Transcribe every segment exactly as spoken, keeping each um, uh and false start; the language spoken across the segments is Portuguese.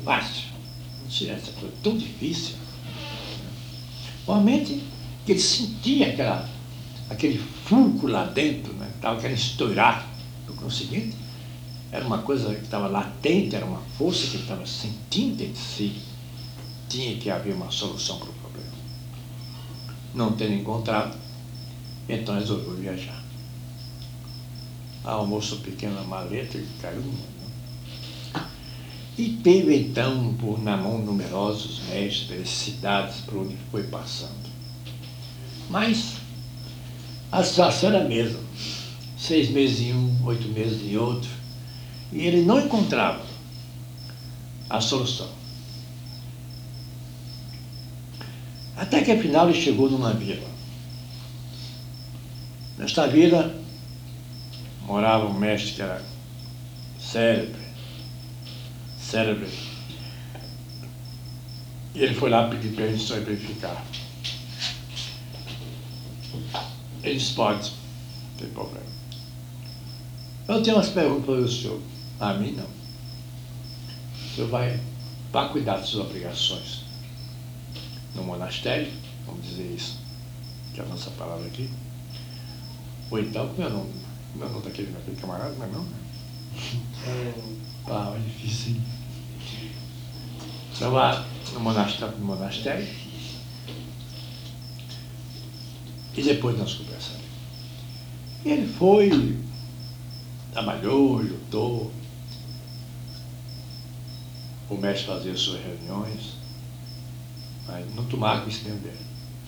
fácil. Não seria essa coisa tão difícil. Realmente, que ele sentia aquela, aquele fulcro lá dentro, né? Estava querendo estourar. No seguinte, era uma coisa que estava latente, era uma força que ele estava sentindo dentro de si. Tinha que haver uma solução para o problema. Não tendo encontrado, então resolveu viajar. Almoço pequeno na maleta e caiu no mundo. E teve então, por na mão numerosos mestres das cidades por onde foi passando. Mas a situação era a mesma. Seis meses em um, oito meses em outro. E ele não encontrava a solução. Até que afinal ele chegou numa vila. Nesta vila morava um mestre que era célebre. Célebre. E ele foi lá pedir permissão para ele ficar. Ele disse, pode, não tem problema. Eu tenho umas perguntas para o senhor. A mim, não. O senhor vai para cuidar das suas obrigações no monastério, vamos dizer isso, que é a nossa palavra aqui. Ou então, como é o nome? Como é o nome daquele, daquele camarada? Não é não? É... Pá, é difícil, hein? Então, lá no monastério, no monastério, e depois nós conversamos. E ele foi, trabalhou, lutou. O mestre fazia suas reuniões, mas não tomava conhecimento dele.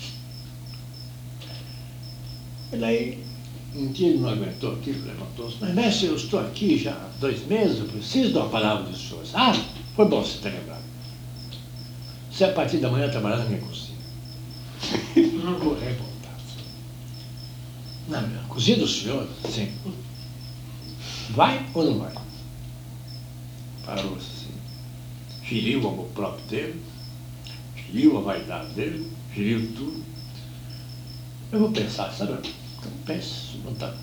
E daí, um dia ele não aguentou aquilo, levantou-se. Mas, mestre, eu estou aqui já há dois meses, eu preciso de uma palavra dos senhores. Ah, foi bom você ter lembrado. Você, a partir da manhã, trabalhar na minha cozinha. Não vou revoltar. Na minha cozinha do senhor, sim. Vai ou não vai? Parou assim. Feriu o amor próprio dele, feriu a vaidade dele, feriu tudo. Eu vou pensar, sabe? Então pense, não tá.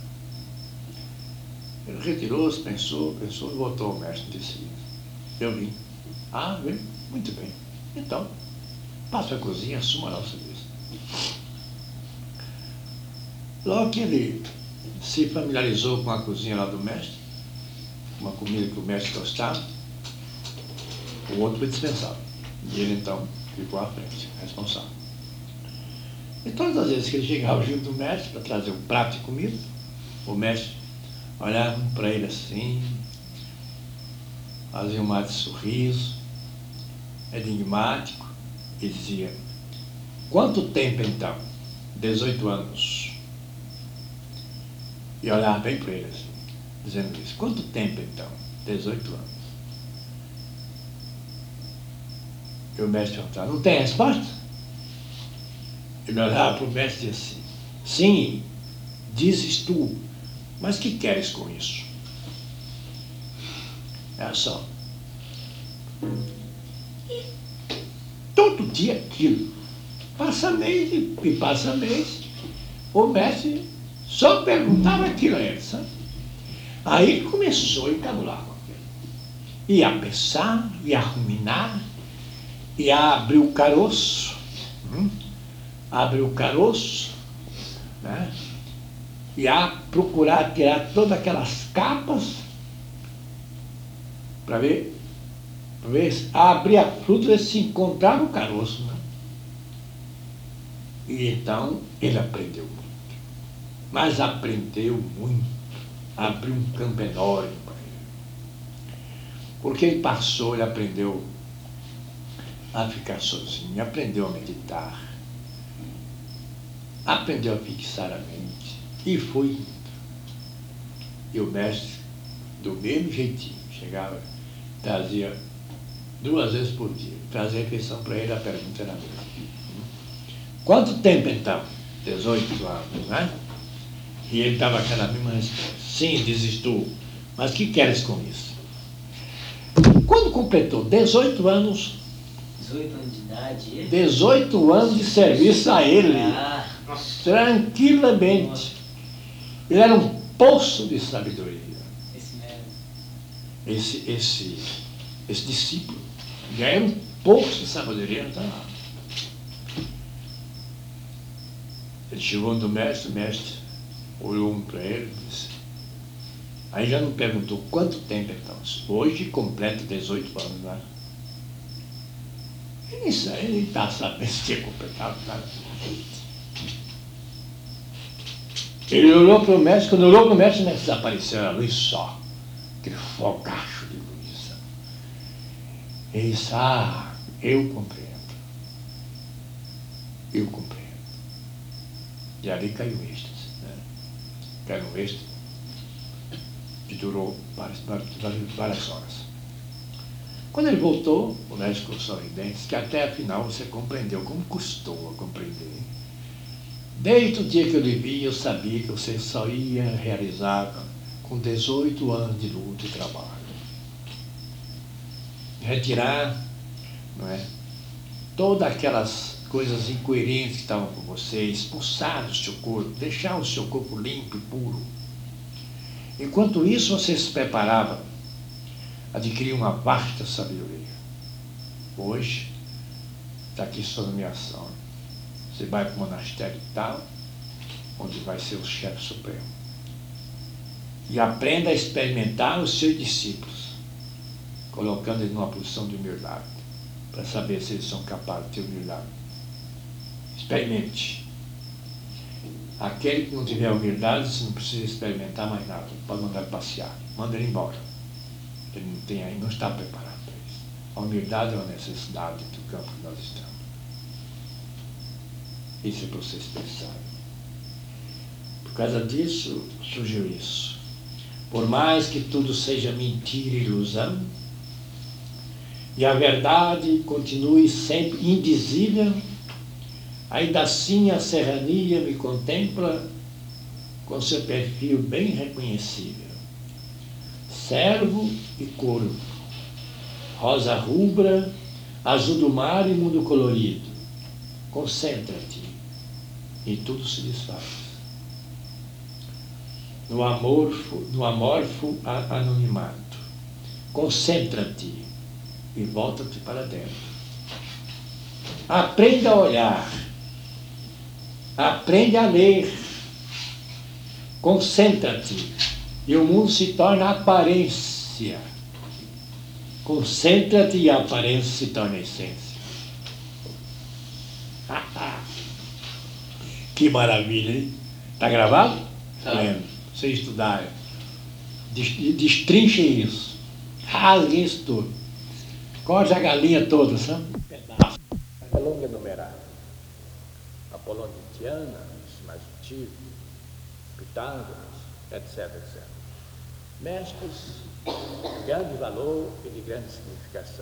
Ele retirou-se, pensou, pensou e voltou ao mestre e disse: eu vim. Ah, vem? Muito bem. Então, passe a cozinha, assuma lá o serviço. Logo que ele se familiarizou com a cozinha lá do mestre, uma comida que o mestre gostava, o outro foi dispensado. E ele, então, ficou à frente, responsável. E todas as vezes que ele chegava junto do mestre para trazer um prato de comida, o mestre olhava para ele assim, fazia um ar de sorriso, enigmático, e dizia: quanto tempo então? dezoito anos. E olhava bem para ele assim, dizendo isso. Quanto tempo então? dezoito anos. E o mestre perguntava: não tem resposta? Ele olhava para o mestre e dizia assim: sim, dizes tu, mas que queres com isso? É só. E todo dia aquilo. Passa mês e passa mês, o mestre só perguntava aquilo a ele, sabe? Aí ele começou a encabular com aquilo. Ia pensar, ia ruminar, ia abrir o caroço, hum? abrir o caroço, né? Ia procurar tirar todas aquelas capas para ver, para ver, abrir a fruta e se encontrar no caroço, né? E então ele aprendeu muito. Mas aprendeu muito, abriu um campo enorme para ele. Porque ele passou, ele aprendeu a ficar sozinho, aprendeu a meditar, aprendeu a fixar a mente, e foi indo. E o mestre, do mesmo jeitinho, chegava, trazia duas vezes por dia, trazia refeição para ele, a pergunta era a mesma. Quanto tempo então? dezoito anos, né? E ele estava aquela mesma resposta. Sim, dizes tu, mas que queres com isso? Quando completou dezoito anos, dezoito anos de idade, dezoito anos de serviço a ele, ah, tranquilamente. Nossa. Ele era um poço de sabedoria. Esse mesmo. Esse, esse, esse discípulo E aí um pouco de sabedoria não está lá. Ele chegou no mestre, o mestre olhou um para ele e disse, aí já não perguntou quanto tempo então. Hoje completa dezoito anos, né? Isso aí ele está sabendo se tinha completado nada. Ele olhou para o mestre, quando olhou para o mestre, né, desapareceu a luz só, aquele fogacho de luz. Ele disse, ah, eu compreendo. Eu compreendo. E ali caiu o êxtase, né? Caiu um êxtase que durou várias, várias, várias horas. Quando ele voltou, o médico sorridente disse que até afinal você compreendeu como custou a compreender. Desde o dia que eu lhe vi, eu sabia que você só ia realizar com dezoito anos de luta e trabalho. Retirar, não é, todas aquelas coisas incoerentes que estavam com você, expulsar do seu corpo, deixar o seu corpo limpo e puro. Enquanto isso, você se preparava a adquirir uma vasta sabedoria. Hoje, está aqui sua nomeação. Você vai para o monastério tal, onde vai ser o chefe supremo. E aprenda a experimentar os seus discípulos, colocando eles numa posição de humildade, para saber se eles são capazes de ter humildade. Experimente. Aquele que não tiver humildade, você não precisa experimentar mais nada. Pode mandar ele passear. Manda ele embora. Ele não, tem, não está preparado para isso. A humildade é uma necessidade do campo que nós estamos. Isso é para vocês pensarem. Por causa disso, surgiu isso. Por mais que tudo seja mentira e ilusão, e a verdade continue sempre indizível, ainda assim a serrania me contempla com seu perfil bem reconhecível. Cervo e corvo, rosa rubra, azul do mar e mundo colorido. Concentra-te e tudo se desfaz. No amorfo, no amorfo anonimato. Concentra-te e volta-te para dentro. Aprenda a olhar. Aprende a ler. Concentra-te e o mundo se torna aparência. Concentra-te e a aparência se torna essência. Que maravilha, hein? Tá gravado? Tá. Lembra. Você estudar, destrinche isso, rasgue isso tudo, corte a galinha toda, sabe? A longa numerária, Apolônio de Tiana, mais antigo, Pitágoras, etc, etcétera. Mestres de grande valor e de grande significação.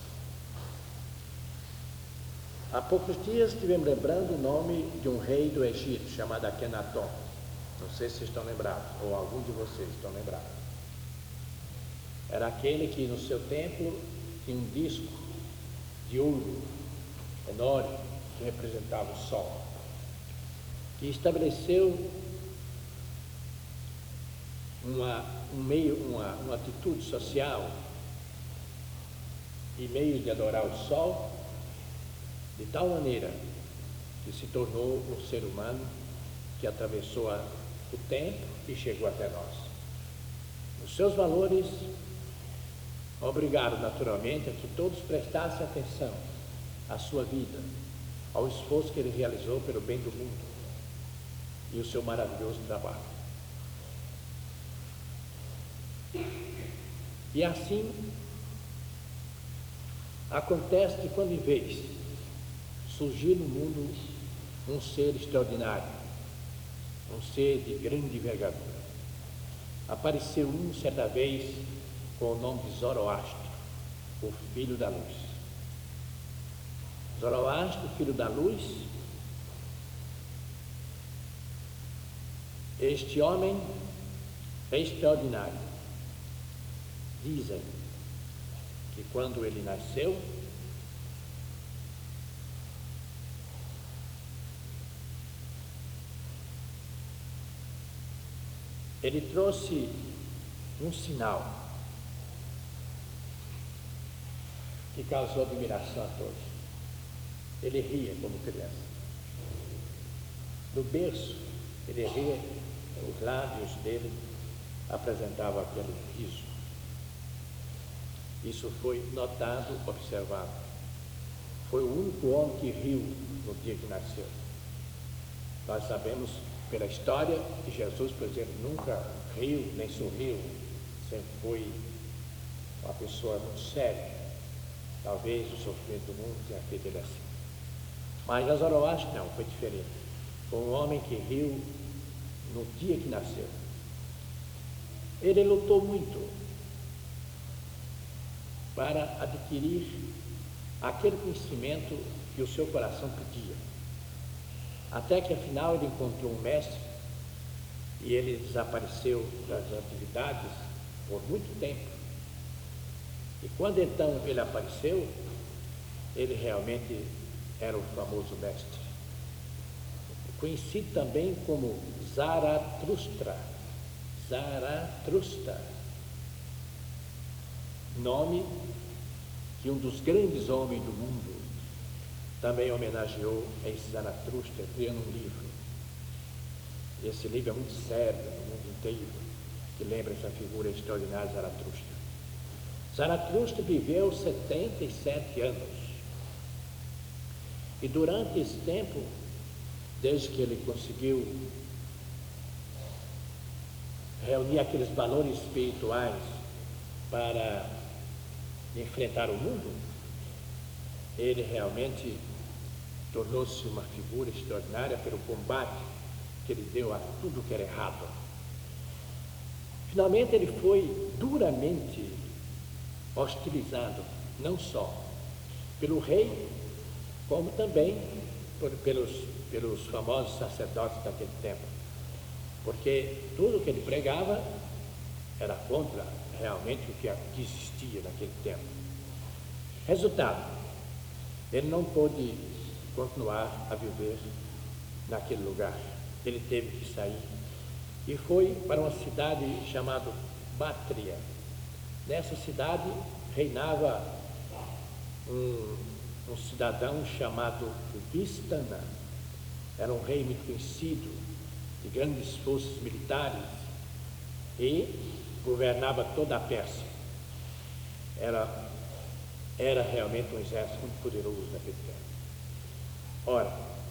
Há poucos dias estivemos lembrando o nome de um rei do Egito, chamado Akenaton. Não sei se vocês estão lembrados, ou algum de vocês estão lembrados. Era aquele que no seu templo tinha um disco de ouro enorme, que representava o sol, que estabeleceu uma, um meio, uma, uma atitude social e meio de adorar o sol, de tal maneira que se tornou um ser humano que atravessou a, o tempo e chegou até nós. Os seus valores obrigaram naturalmente a que todos prestassem atenção à sua vida, ao esforço que ele realizou pelo bem do mundo e o seu maravilhoso trabalho. E assim acontece que quando em vez surgir no mundo um ser extraordinário, um ser de grande envergadura, apareceu um certa vez com o nome de Zoroastro, o filho da luz. Zoroastro, filho da luz, este homem é extraordinário. Dizem que quando ele nasceu, ele trouxe um sinal que causou admiração a todos. Ele ria como criança. No berço, ele ria, os lábios dele apresentavam aquele riso. Isso foi notado, observado. Foi o único homem que riu no dia que nasceu. Nós sabemos pela história que Jesus, por exemplo, nunca riu nem sorriu, sempre foi uma pessoa muito séria. Talvez o sofrimento do mundo tenha feito ele assim. Mas a Zoroastro não, foi diferente. Foi um homem que riu no dia que nasceu. Ele lutou muito para adquirir aquele conhecimento que o seu coração pedia. Até que afinal ele encontrou um mestre e ele desapareceu das atividades por muito tempo. E quando então ele apareceu, ele realmente era o famoso mestre, conhecido também como Zaratustra, Zaratustra, nome que um dos grandes homens do mundo também homenageou a esse Zaratustra, criando um livro. Esse livro é muito sério no mundo inteiro, que lembra essa figura extraordinária de Zaratustra. Zaratustra viveu setenta e sete anos. E durante esse tempo, desde que ele conseguiu reunir aqueles valores espirituais para enfrentar o mundo, ele realmente tornou-se uma figura extraordinária pelo combate que ele deu a tudo que era errado. Finalmente ele foi duramente hostilizado, não só pelo rei, como também por, pelos, pelos famosos sacerdotes daquele tempo, porque tudo que ele pregava era contra realmente o que existia naquele tempo. Resultado, ele não pôde continuar a viver naquele lugar, ele teve que sair e foi para uma cidade chamada Bátria. Nessa cidade reinava um, um cidadão chamado Vistana. Era um rei muito conhecido, de grandes forças militares, e governava toda a Pérsia. Era, era realmente um exército muito poderoso naquele tempo. Ora,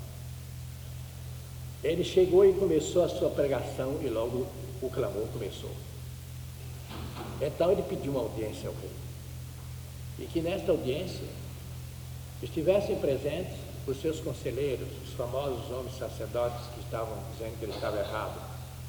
ele chegou e começou a sua pregação e logo o clamor começou. Então ele pediu uma audiência ao rei, e que nesta audiência estivessem presentes os seus conselheiros, os famosos homens sacerdotes que estavam dizendo que ele estava errado.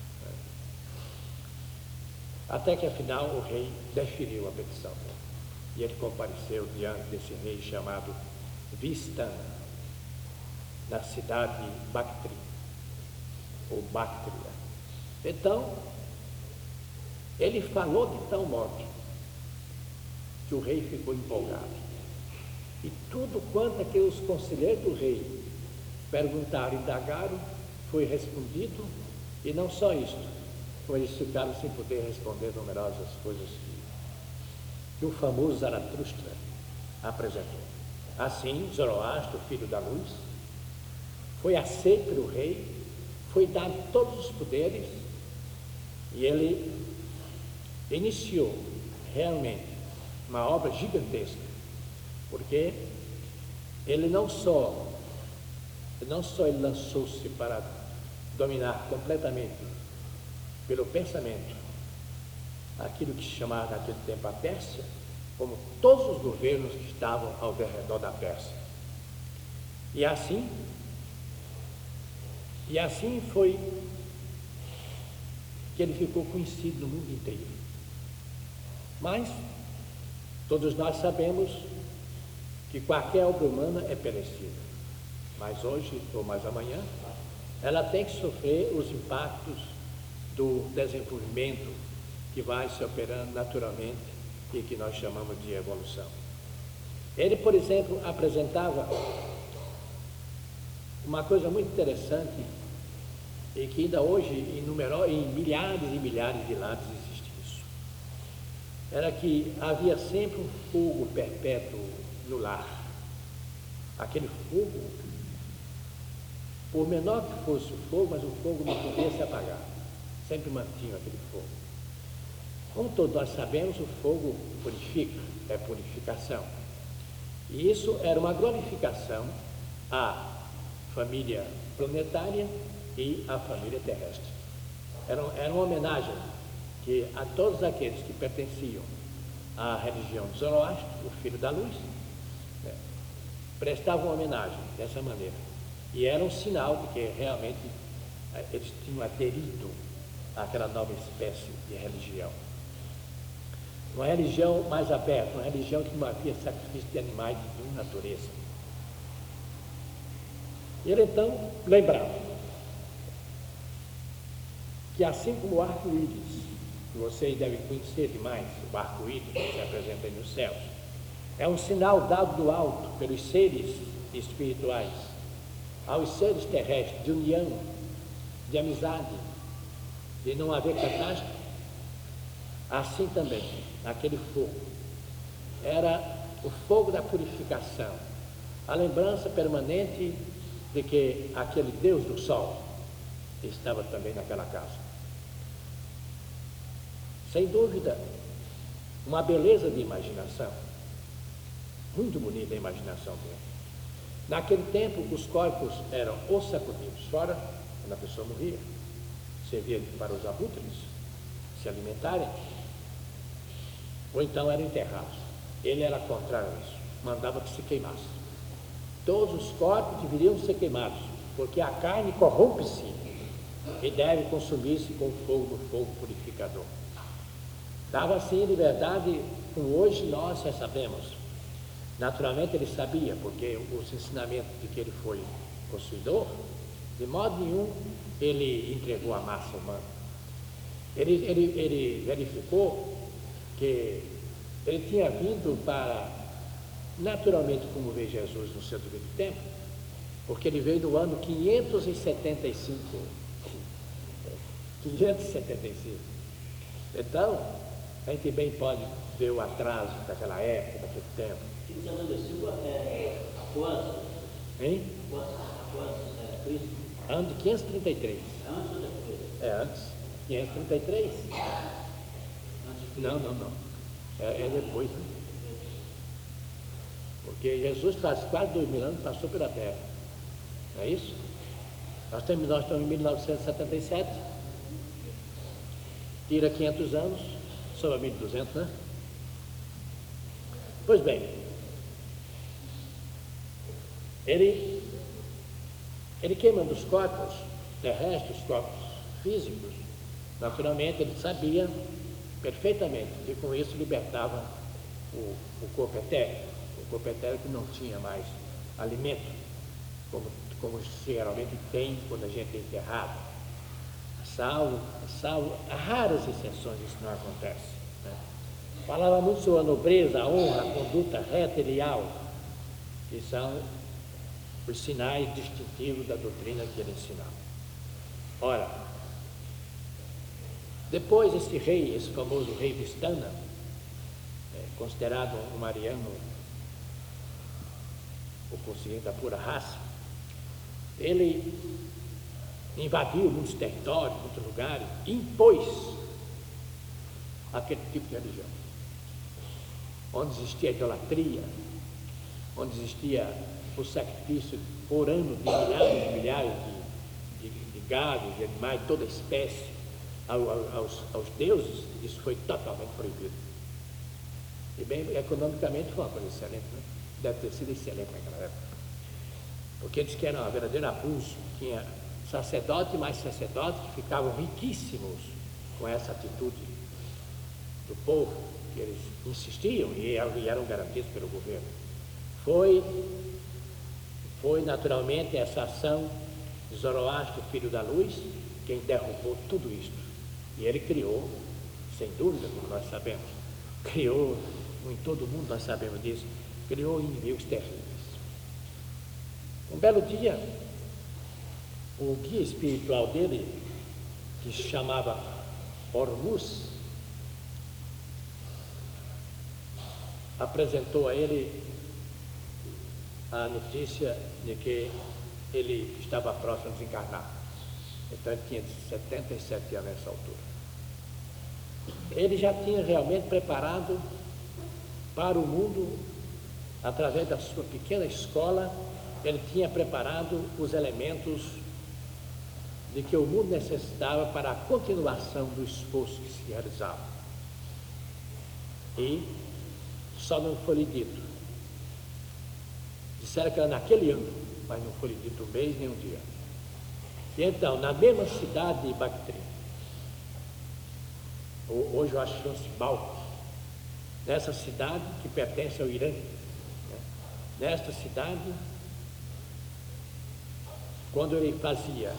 Até que afinal o rei deferiu a petição, e ele compareceu diante desse rei chamado Vistana, na cidade de Bactri, ou Bactria. Então, ele falou de tal modo que o rei ficou empolgado. E tudo quanto aqueles conselheiros do rei perguntaram e indagaram foi respondido, e não só isso, como eles ficaram sem poder responder numerosas coisas que, que o famoso Zaratustra apresentou. Assim, Zoroastro, filho da luz, foi aceito pelo rei, foi dado todos os poderes, e ele iniciou realmente uma obra gigantesca, porque ele não só, não só ele lançou-se para dominar completamente pelo pensamento aquilo que se chamava naquele tempo a Pérsia, como todos os governos que estavam ao redor da Pérsia. E assim, e assim foi que ele ficou conhecido no mundo inteiro. Mas todos nós sabemos que qualquer obra humana é perecível, mas hoje ou mais amanhã ela tem que sofrer os impactos do desenvolvimento que vai se operando naturalmente e que nós chamamos de evolução. Ele, por exemplo, apresentava uma coisa muito interessante e que ainda hoje em, numero, em milhares e milhares de lados existe isso. Era que havia sempre um fogo perpétuo no lar. Aquele fogo, por menor que fosse o fogo, mas o fogo não podia se apagar, sempre mantinha aquele fogo. Como todos nós sabemos, o fogo purifica, é purificação. E isso era uma glorificação à família planetária e à família terrestre. Era, era uma homenagem que a todos aqueles que pertenciam à religião de Zoroastro, o filho da luz, né, prestavam homenagem dessa maneira. E era um sinal de que realmente eles tinham aderido àquela nova espécie de religião. Uma religião mais aberta, uma religião que não havia sacrifício de animais de nenhuma natureza. E ele então lembrava que assim como o arco-íris, que vocês devem conhecer demais, o arco-íris que se apresenta aí nos céus, é um sinal dado do alto pelos seres espirituais aos seres terrestres de união, de amizade, de não haver catástrofe. Assim também, aquele fogo era o fogo da purificação, a lembrança permanente de que aquele Deus do Sol estava também naquela casa. Sem dúvida, uma beleza de imaginação, muito bonita a imaginação dele. Naquele tempo, os corpos eram ou sacudidos fora, quando a pessoa morria, servia para os abutres se alimentarem, ou então eram enterrados. Ele era contrário a isso, mandava que se queimasse. Todos os corpos deveriam ser queimados, porque a carne corrompe-se e deve consumir-se com o fogo do fogo purificador. Dava assim liberdade, como hoje nós já sabemos. Naturalmente ele sabia, porque os ensinamentos de que ele foi possuidor, de modo nenhum ele entregou a massa humana. Ele, ele, ele verificou que ele tinha vindo para, naturalmente, como vê Jesus no seu devido tempo, porque ele veio no ano quinhentos e setenta e cinco. quinhentos e setenta e cinco. Então, a gente bem pode ver o atraso daquela época, daquele tempo. quinhentos e setenta e cinco é quanto? Hein? Quanto é Cristo? Ano de quinhentos e trinta e três. Antes ou depois? É antes. quinhentos e trinta e três? Não, não, não. É, é depois. Né? Porque Jesus faz quase dois mil anos passou pela Terra. Não é isso? Nós estamos, nós estamos em mil novecentos e setenta e sete. Tira quinhentos anos, soma mil e duzentos, né? Pois bem, ele, ele queimando os corpos terrestres, os corpos físicos, naturalmente ele sabia perfeitamente que com isso libertava o, o corpo etéreo, o corpo etéreo que não tinha mais alimento, como, como geralmente tem quando a gente é enterrado. Salvo, salvo, há raras exceções isso não acontece. Né? Falava muito sobre a nobreza, a honra, a conduta reta e leal, que são os sinais distintivos da doutrina que ele ensinava. Ora, depois esse rei, esse famoso rei Vistana, é, considerado um mariano, o consciente da pura raça, ele invadiu muitos territórios, muitos lugares, e impôs aquele tipo de religião, onde existia a idolatria, onde existia o sacrifício por ano de milhares e milhares de, de, de gados, de animais, toda espécie, aos, aos deuses. Isso foi totalmente proibido. E bem, economicamente foi uma coisa excelente, né? Deve ter sido excelente naquela época, porque eles que era um verdadeiro abuso. Tinha sacerdote e mais sacerdote que ficavam riquíssimos com essa atitude do povo, que eles insistiam e eram garantidos pelo governo. Foi, foi naturalmente essa ação de Zoroastro, filho da luz, quem derrubou tudo isto. E ele criou, sem dúvida, como nós sabemos, criou, em todo o mundo nós sabemos disso, criou inimigos terríveis. Um belo dia, o guia espiritual dele, que se chamava Hormuz, apresentou a ele a notícia de que ele estava próximo a desencarnar. Então ele tinha setenta e sete anos nessa altura. Ele já tinha realmente preparado para o mundo, através da sua pequena escola, ele tinha preparado os elementos de que o mundo necessitava para a continuação do esforço que se realizava. E só não foi lhe dito. Disseram que era naquele ano, mas não foi lhe dito um mês nem um dia. E então, na mesma cidade de Bactrim, hoje eu acho que chama-se Balkh, nessa cidade que pertence ao Irã, né? Nesta cidade, quando ele fazia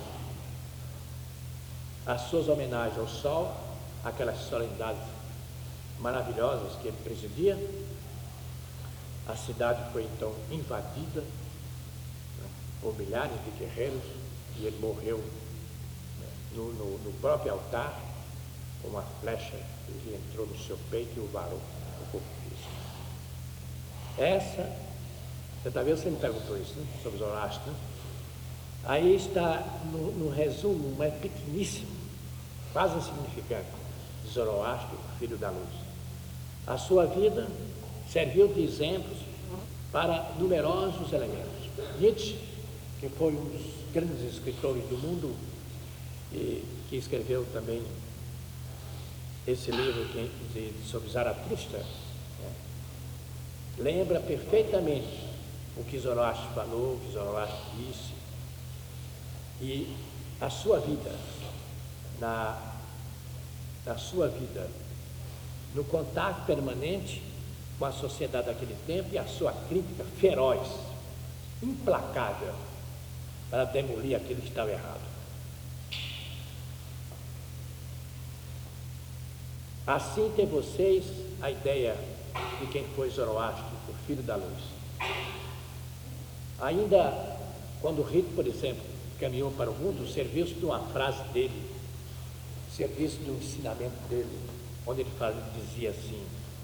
as suas homenagens ao sol, aquelas solenidades maravilhosas que ele presidia, a cidade foi então invadida, né, por milhares de guerreiros, e ele morreu, né, no, no, no próprio altar, com uma flecha que entrou no seu peito e o varou no corpo físico. Essa, você está vendo, você me perguntou isso, né, sobre Zoroastro, né? Aí está no, no resumo, mas pequeníssimo, quase insignificante, de Zoroastro, filho da luz. A sua vida serviu de exemplos para numerosos elementos. Nietzsche, que foi um dos grandes escritores do mundo, e que escreveu também esse livro que, de, sobre Zaratustra, né, lembra perfeitamente o que Zoroastro falou, o que Zoroastro disse, e a sua vida, na, na sua vida, no contato permanente com a sociedade daquele tempo e a sua crítica feroz, implacável, para demolir aquilo que estava errado. Assim tem vocês a ideia de quem foi Zoroastro, o filho da luz. Ainda quando Rito, por exemplo, caminhou para o mundo, serviu-se de uma frase dele, serviu-se de um ensinamento dele, onde ele fala, dizia assim: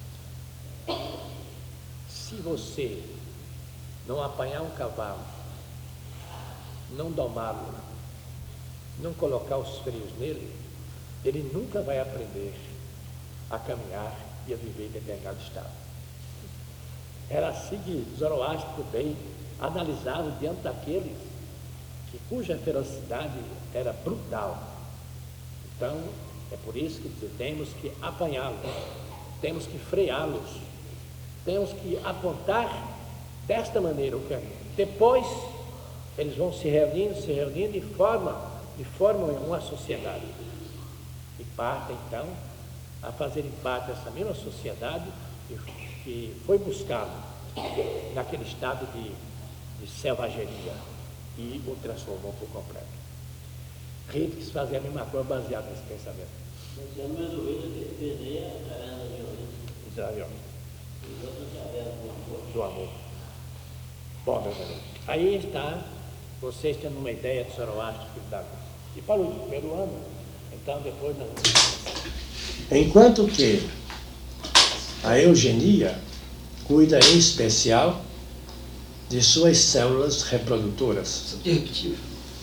se você não apanhar um cavalo, não domá-lo, não colocar os freios nele, ele nunca vai aprender a caminhar e a viver em determinado estado. Era assim que Zoroastro bem analisava diante daqueles que, cuja ferocidade era brutal. Então, é por isso que temos que apanhá-los, temos que freá-los, temos que apontar desta maneira o caminho. Depois, eles vão se reunindo, se reunindo e formam, e formam uma sociedade. E partem, então, a fazerem parte dessa mesma sociedade que foi buscado naquele estado de, de selvageria e o transformou por completo. Rito quis fazer a mesma coisa baseado nesse pensamento. Esse ano mais o Rito que fez aí a caverna de Ouro. Israel. E outra caverna do amor. Do amor. Bom, meus amigos, aí está vocês tendo uma ideia de Zoroastro, filho da luz. E para o peruano, então depois nós vamos... Enquanto que a eugenia cuida em especial de suas células reprodutoras. Subjetivo.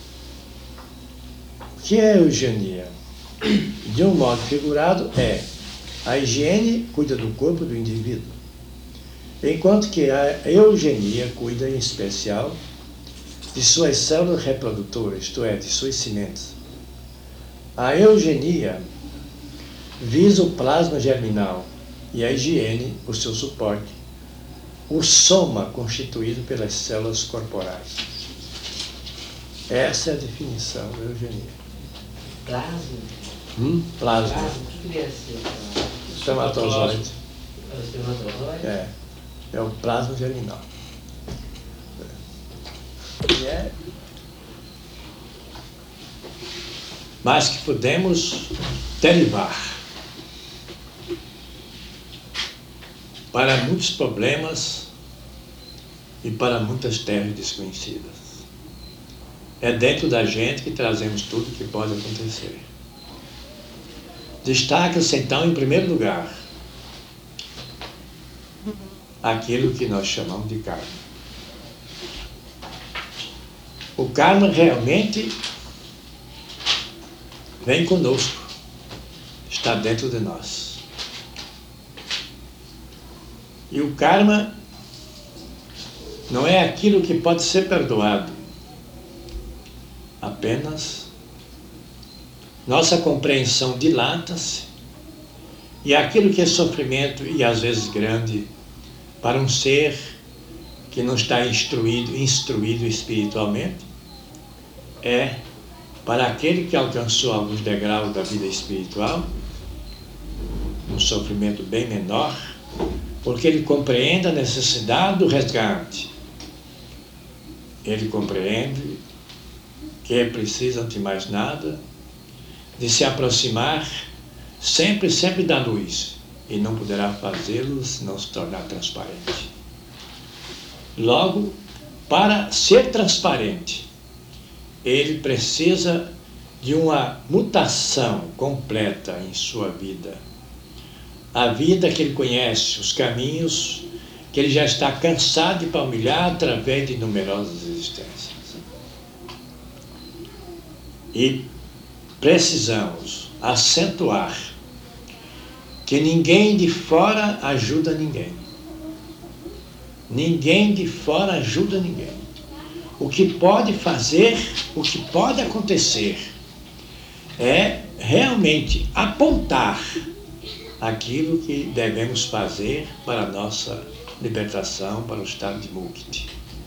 O que é eugenia? De um modo figurado, é a higiene cuida do corpo do indivíduo, enquanto que a eugenia cuida em especial de suas células reprodutoras, isto é, de suas sementes. A eugenia visa o plasma germinal e a higiene, o seu suporte, o soma constituído pelas células corporais. Essa é a definição da eugenia. Plasma. Hum? Plasma. Plasma. O que queria ser? Espermatozoide. É o espermatozoide? É. É o plasma germinal. E é. Mas que podemos derivar para muitos problemas e para muitas terras desconhecidas. É dentro da gente que trazemos tudo que pode acontecer. Destaca-se então, em primeiro lugar, aquilo que nós chamamos de karma. O karma realmente vem conosco, está dentro de nós. E o karma não é aquilo que pode ser perdoado, apenas nossa compreensão dilata-se e aquilo que é sofrimento e às vezes grande para um ser que não está instruído, instruído espiritualmente, é para aquele que alcançou alguns degraus da vida espiritual, um sofrimento bem menor, porque ele compreende a necessidade do resgate. Ele compreende que é preciso, antes de mais nada, de se aproximar sempre, sempre da luz, e não poderá fazê-lo se não se tornar transparente. Logo, para ser transparente, ele precisa de uma mutação completa em sua vida. A vida que ele conhece, os caminhos que ele já está cansado de palmilhar através de numerosas existências. E precisamos acentuar que ninguém de fora ajuda ninguém. Ninguém de fora ajuda ninguém. O que pode fazer, o que pode acontecer, é realmente apontar aquilo que devemos fazer para a nossa libertação, para o estado de mukti.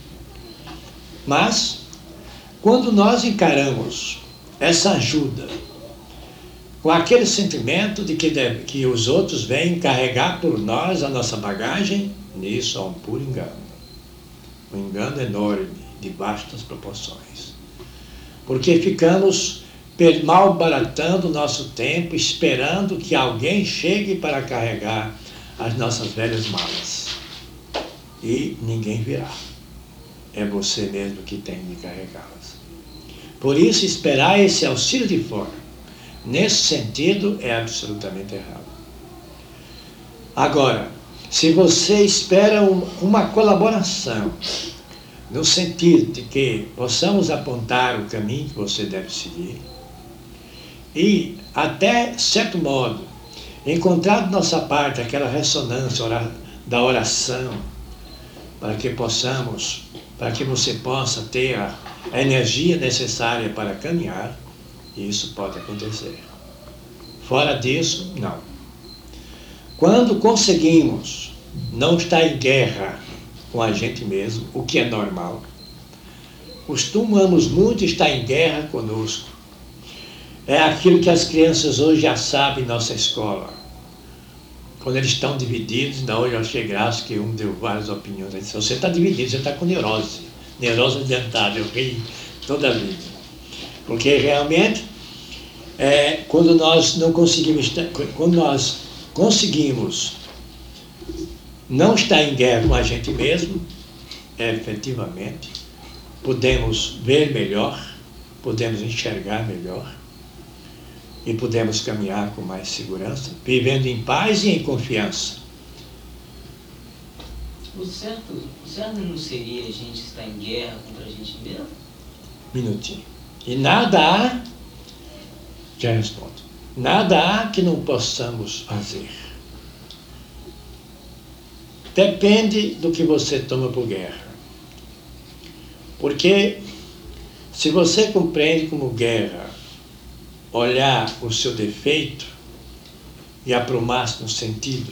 Mas, quando nós encaramos essa ajuda com aquele sentimento de que, deve, que os outros vêm carregar por nós a nossa bagagem, nisso há um puro engano. Um engano enorme, de vastas proporções. Porque ficamos malbaratando o nosso tempo, esperando que alguém chegue para carregar as nossas velhas malas. E ninguém virá. É você mesmo que tem de carregá-las. Por isso, esperar esse auxílio de fora, nesse sentido, é absolutamente errado. Agora, se você espera um, uma colaboração, no sentido de que possamos apontar o caminho que você deve seguir, e, até certo modo, encontrar de nossa parte aquela ressonância da oração, para que possamos, para que você possa ter a, a energia necessária para caminhar, isso pode acontecer. Fora disso, não. Quando conseguimos não estar em guerra com a gente mesmo, o que é normal, costumamos muito estar em guerra conosco. É aquilo que as crianças hoje já sabem em nossa escola. Quando eles estão divididos, ainda hoje eu achei graça que um deu várias opiniões. Ele disse, você está dividido, você está com neurose. Neurose dentária, eu ri toda a vida. Porque realmente, é, quando nós não conseguimos, quando nós conseguimos não estar em guerra com a gente mesmo, é, efetivamente, podemos ver melhor, podemos enxergar melhor, e podemos caminhar com mais segurança, vivendo em paz e em confiança. O certo, o certo não seria a gente estar em guerra contra a gente mesmo? Minutinho. E nada há, já respondo, nada há que não possamos fazer. Depende do que você toma por guerra. Porque se você compreende como guerra olhar o seu defeito e aprumar-se no sentido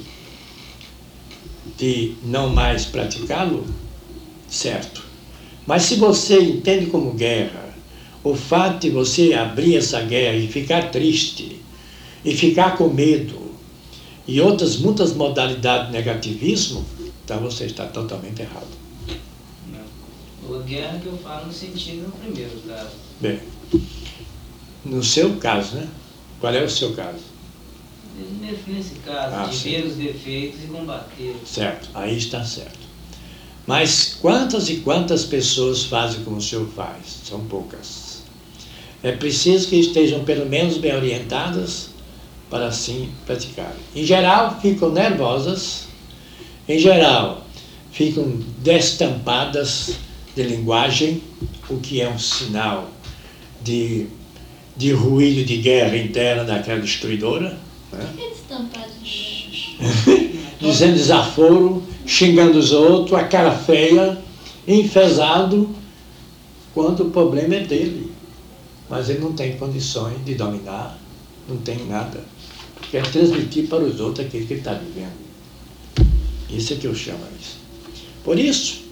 de não mais praticá-lo, certo. Mas se você entende como guerra o fato de você abrir essa guerra e ficar triste, e ficar com medo, e outras muitas modalidades de negativismo, então você está totalmente errado. Não. A guerra que eu falo no sentido no primeiro caso. Bem, no seu caso, né? Qual é o seu caso? Nesse caso, Ah, de sim. ver os defeitos e combater. Certo, aí está certo. Mas quantas e quantas pessoas fazem como o senhor faz? São poucas. É preciso que estejam pelo menos bem orientadas para assim praticar. Em geral, ficam nervosas, em geral, ficam destampadas de linguagem, o que é um sinal de, de ruído de guerra interna daquela destruidora, né? Eles estão parados. Dizendo desaforo, xingando os outros, a cara feia, enfesado, quando o problema é dele. Mas ele não tem condições de dominar, não tem nada. Quer transmitir para os outros aquilo que ele está vivendo. Isso é que eu chamo isso. Por isso,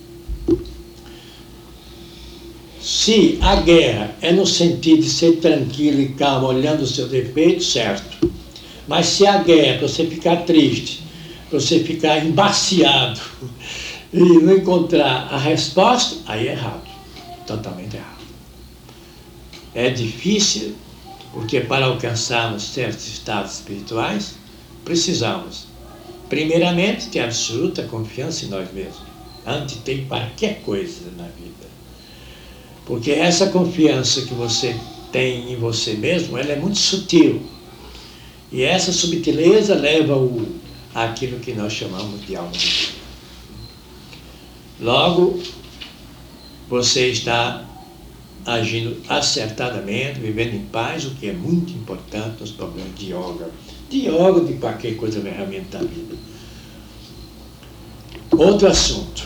se a guerra é no sentido de ser tranquilo e calmo, olhando os seus defeitos, certo. Mas se a guerra é para você ficar triste, para você ficar embaciado e não encontrar a resposta, aí é errado. Totalmente errado. É difícil, porque para alcançarmos certos estados espirituais, precisamos, primeiramente, ter absoluta confiança em nós mesmos, antes de ter qualquer coisa na vida. Porque essa confiança que você tem em você mesmo, ela é muito sutil. E essa subtileza leva-o àquilo que nós chamamos de alma divina. Logo, você está agindo acertadamente, vivendo em paz, o que é muito importante nos problemas de yoga. De yoga, de qualquer coisa realmente da vida. Outro assunto.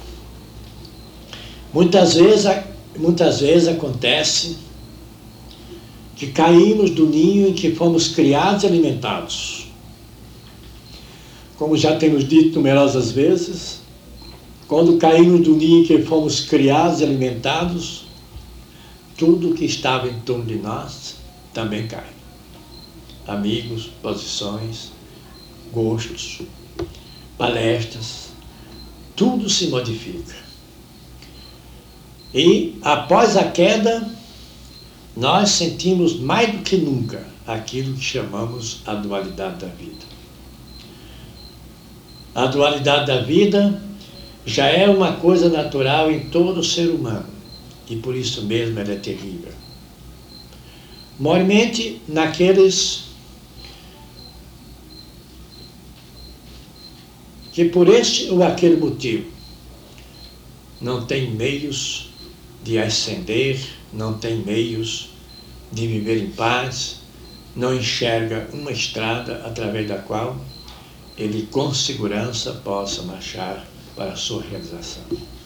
Muitas vezes, muitas vezes acontece que caímos do ninho em que fomos criados e alimentados. Como já temos dito numerosas vezes, quando caímos do ninho em que fomos criados e alimentados, tudo que estava em torno de nós também cai. Amigos, posições, gostos, palestras, tudo se modifica. E após a queda, nós sentimos mais do que nunca aquilo que chamamos a dualidade da vida. A dualidade da vida já é uma coisa natural em todo ser humano, e por isso mesmo ela é terrível. Maiormente naqueles que por este ou aquele motivo não têm meios de ascender, não tem meios de viver em paz, não enxerga uma estrada através da qual ele com segurança possa marchar para a sua realização.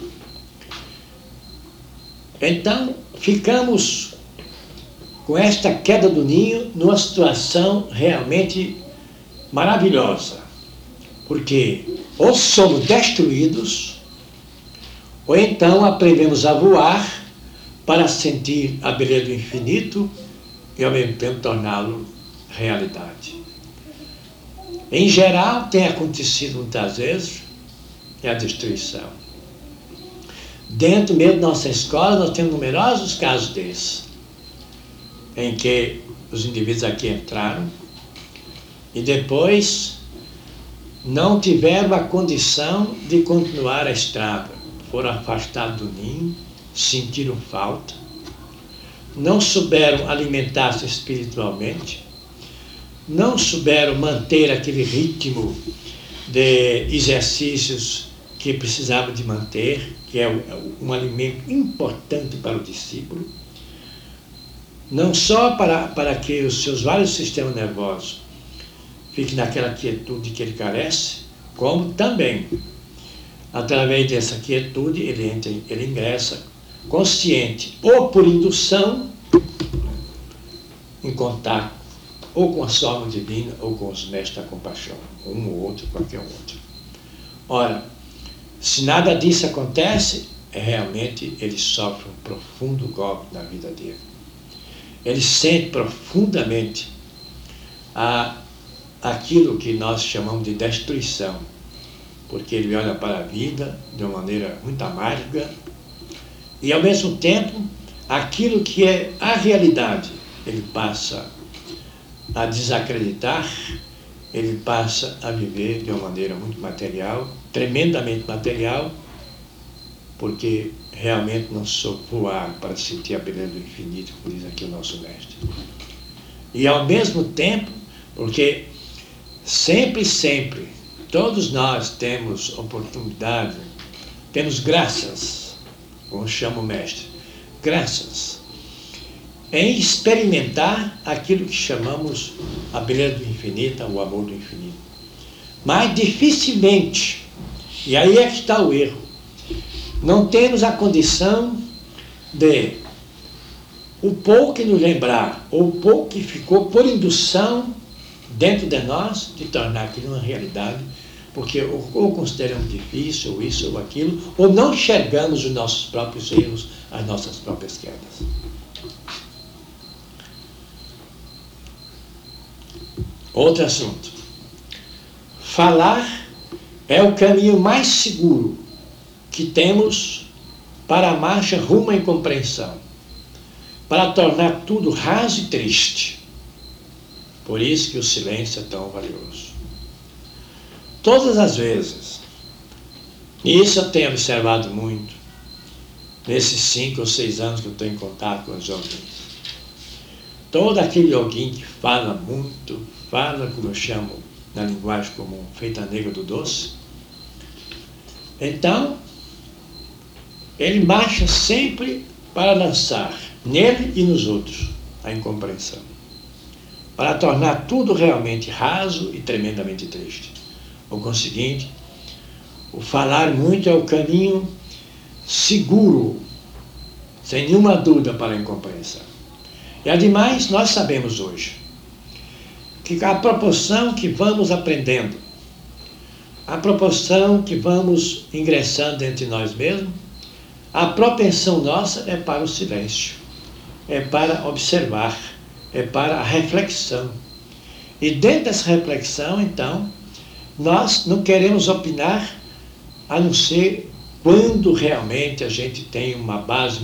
Então, ficamos com esta queda do ninho numa situação realmente maravilhosa, porque ou somos destruídos, ou então aprendemos a voar para sentir a beleza do infinito e ao mesmo tempo torná-lo realidade. Em geral, tem acontecido muitas vezes a destruição. Dentro mesmo da nossa escola, nós temos numerosos casos desses, em que os indivíduos aqui entraram e depois não tiveram a condição de continuar a estrada, foram afastados do ninho, sentiram falta, não souberam alimentar-se espiritualmente, não souberam manter aquele ritmo de exercícios que precisavam de manter, que é um alimento importante para o discípulo, não só para, para que os seus vários sistemas nervosos fiquem naquela quietude que ele carece, como também, através dessa quietude, ele, entra, ele ingressa consciente, ou por indução, em contato, ou com a sua alma divina, ou com os mestres da compaixão, um ou outro, qualquer outro. Ora, se nada disso acontece, realmente ele sofre um profundo golpe na vida dele. Ele sente profundamente a, aquilo que nós chamamos de destruição, porque ele olha para a vida de uma maneira muito amarga e, ao mesmo tempo, aquilo que é a realidade, ele passa a desacreditar, ele passa a viver de uma maneira muito material, tremendamente material, porque realmente não sou voar para sentir a beleza do infinito, como diz aqui o nosso mestre. E ao mesmo tempo, porque sempre, sempre, todos nós temos oportunidade, temos graças como chama o mestre, graças em experimentar aquilo que chamamos a beleza do infinito, o amor do infinito. Mas dificilmente, e aí é que está o erro, não temos a condição de o pouco que nos lembrar, ou o pouco que ficou por indução dentro de nós, de tornar aquilo uma realidade, porque ou, ou consideramos difícil, ou isso ou aquilo, ou não enxergamos os nossos próprios erros, as nossas próprias quedas. Outro assunto. Falar é o caminho mais seguro que temos para a marcha rumo à incompreensão, para tornar tudo raso e triste. Por isso que o silêncio é tão valioso. Todas as vezes, e isso eu tenho observado muito, nesses cinco ou seis anos que eu estou em contato com os yoguins, todo aquele yoguin que fala muito, fala, como eu chamo na linguagem comum, feita negra do doce, então, ele marcha sempre para lançar nele e nos outros a incompreensão, para tornar tudo realmente raso e tremendamente triste. Por conseguinte, o falar muito é o caminho seguro, sem nenhuma dúvida, para a incompreensão. E ademais, nós sabemos hoje que a proporção que vamos aprendendo, a proporção que vamos ingressando entre nós mesmos, a propensão nossa é para o silêncio, é para observar, é para a reflexão. E dentro dessa reflexão, então, nós não queremos opinar, a não ser quando realmente a gente tem uma base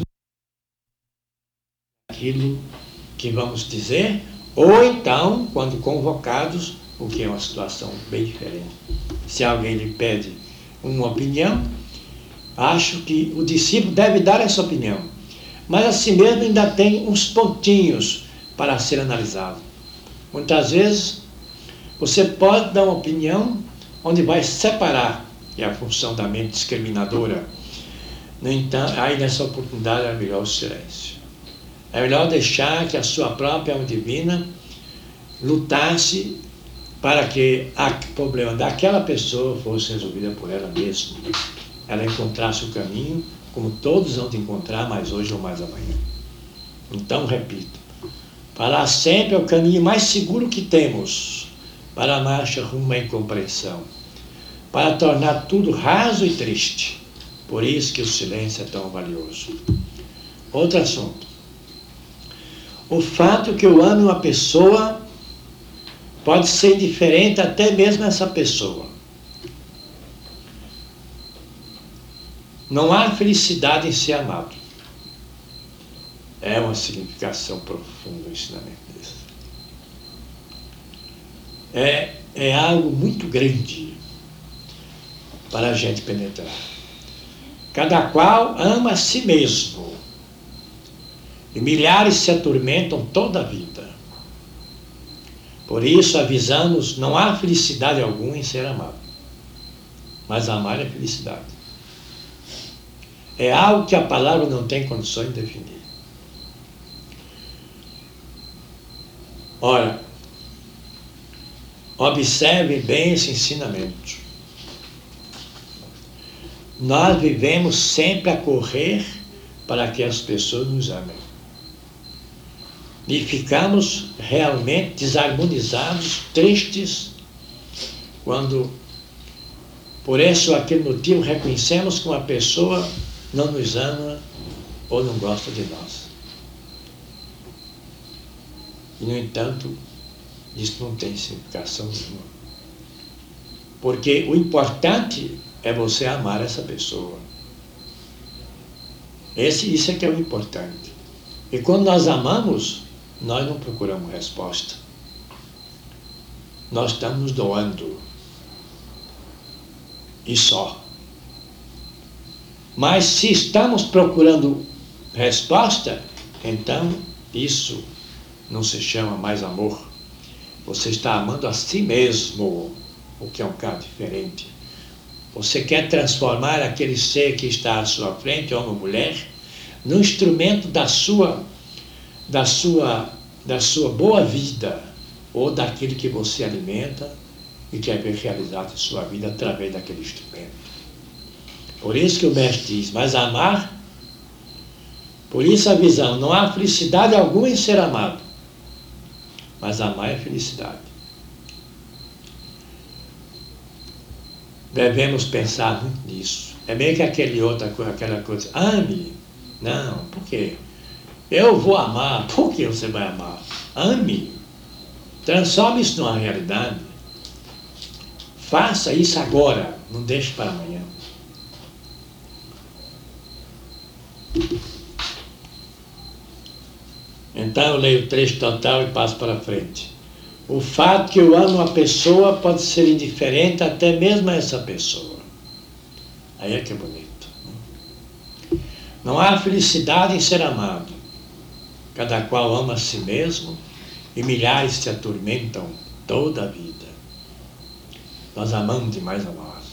daquilo que vamos dizer, ou então, quando convocados, o que é uma situação bem diferente. Se alguém lhe pede uma opinião, acho que o discípulo deve dar essa opinião, mas assim mesmo ainda tem uns pontinhos para ser analisado. Muitas vezes, você pode dar uma opinião onde vai separar, que é a função da mente discriminadora. No entanto, aí nessa oportunidade é melhor o silêncio. É melhor deixar que a sua própria alma divina lutasse para que o problema daquela pessoa fosse resolvido por ela mesma. Ela encontrasse o caminho, como todos vão encontrar, mais hoje ou mais amanhã. Então, repito, falar sempre é o caminho mais seguro que temos para a marcha rumo à incompreensão, para tornar tudo raso e triste. Por isso que o silêncio é tão valioso. Outro assunto. O fato que eu ame uma pessoa pode ser indiferente até mesmo essa pessoa. Não há felicidade em ser amado. É uma significação profunda o ensinamento desse. É, é algo muito grande para a gente penetrar. Cada qual ama a si mesmo. E milhares se atormentam toda a vida. Por isso avisamos, não há felicidade alguma em ser amado. Mas amar é felicidade. É algo que a palavra não tem condições de definir. Ora, observe bem esse ensinamento. Nós vivemos sempre a correr para que as pessoas nos amem. E ficamos realmente desarmonizados, tristes, quando, por esse ou aquele motivo, reconhecemos que uma pessoa não nos ama ou não gosta de nós. E, no entanto, isso não tem significação nenhuma. Porque o importante é você amar essa pessoa. Esse, isso é que é o importante. E quando nós amamos, nós não procuramos resposta. Nós estamos nos doando. E só. Mas se estamos procurando resposta, então isso não se chama mais amor. Você está amando a si mesmo, o que é um caso diferente. Você quer transformar aquele ser que está à sua frente, homem ou mulher, no instrumento da sua, da sua, da sua boa vida, ou daquilo que você alimenta e quer ver realizado em sua vida através daquele instrumento. Por isso que o mestre diz, mas amar, por isso a visão, não há felicidade alguma em ser amado, mas amar é felicidade. Devemos pensar muito nisso. É meio que aquele outra coisa, aquela coisa, ame. Não, por quê? Eu vou amar. Por que você vai amar? Ame. Transforme isso numa realidade. Faça isso agora, não deixe para amanhã. Então eu leio o trecho total e passo para frente. O fato que eu amo uma pessoa pode ser indiferente até mesmo a essa pessoa. Aí é que é bonito. Não há felicidade em ser amado. Cada qual ama a si mesmo e milhares se atormentam toda a vida. Nós amamos demais a nós.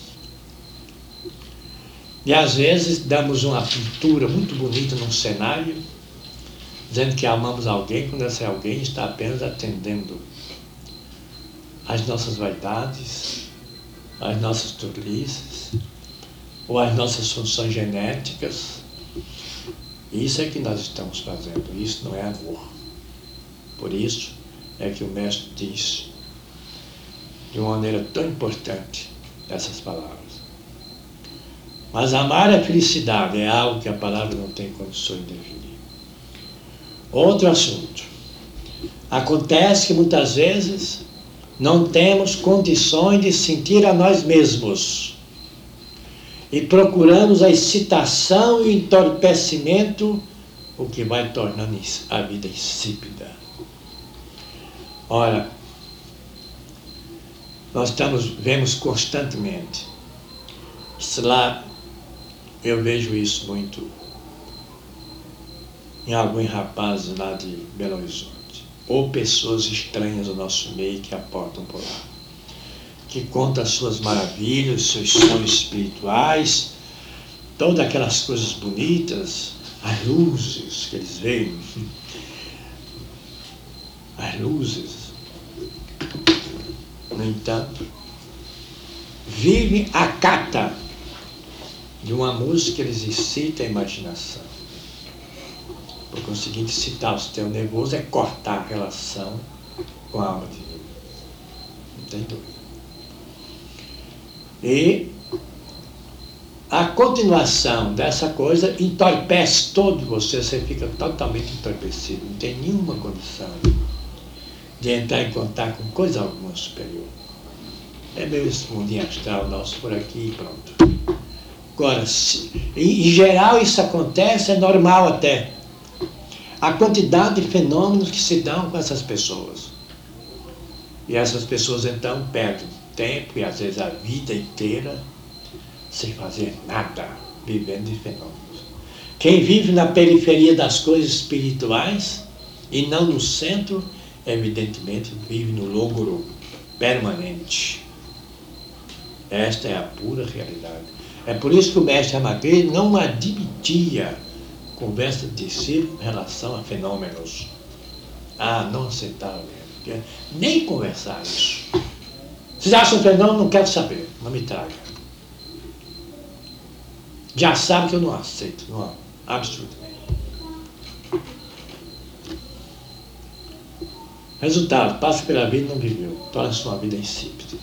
E às vezes damos uma pintura muito bonita num cenário, dizendo que amamos alguém, quando esse alguém está apenas atendendo às nossas vaidades, às nossas tolices, ou às nossas funções genéticas. Isso é que nós estamos fazendo, isso não é amor. Por isso é que o mestre diz, de uma maneira tão importante, essas palavras. Mas amar a felicidade é algo que a palavra não tem condições de definir. Outro assunto. Acontece que muitas vezes não temos condições de sentir a nós mesmos e procuramos a excitação e o entorpecimento, o que vai tornando a vida insípida. Ora, nós estamos, vemos constantemente, lá eu vejo isso muito em alguns rapazes lá de Belo Horizonte, ou pessoas estranhas do nosso meio que aportam por lá, que contam as suas maravilhas, seus sonhos espirituais, todas aquelas coisas bonitas, as luzes que eles veem, as luzes. No entanto, vivem à cata de uma música que eles excita a imaginação. Por conseguinte, excitar o sistema nervoso é cortar a relação com a alma divina. Não tem dúvida. E a continuação dessa coisa entorpece todo você, você fica totalmente entorpecido, não tem nenhuma condição de entrar em contato com coisa alguma superior. É meio esse mundinho astral nosso por aqui e pronto. Agora, se, em, em geral isso acontece, é normal até. A quantidade de fenômenos que se dão com essas pessoas. E essas pessoas então perdem tempo e às vezes a vida inteira sem fazer nada, vivendo de fenômenos. Quem vive na periferia das coisas espirituais e não no centro, evidentemente vive no logro permanente. Esta é a pura realidade. É por isso que o mestre Ramagre não admitia conversa de discípulo em relação a fenômenos. Ah, não aceitava mesmo. Nem conversar isso. Vocês acham fenômeno? Não quero saber. Não me traga. Já sabe que eu não aceito. Não, absolutamente. Resultado, passa pela vida e não viveu. Torna-se uma vida insípida.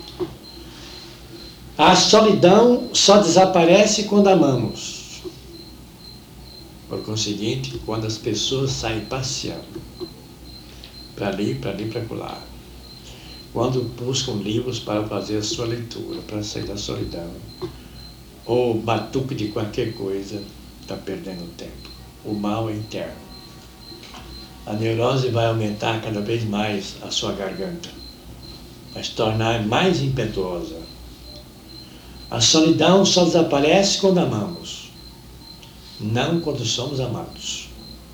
A solidão só desaparece quando amamos. Por conseguinte, quando as pessoas saem passeando, para ali, para ali, para lá, quando buscam livros para fazer a sua leitura, para sair da solidão, ou batuque de qualquer coisa, está perdendo tempo. O mal é interno. A neurose vai aumentar cada vez mais a sua garganta, vai se tornar mais impetuosa. A solidão só desaparece quando amamos, não quando somos amados.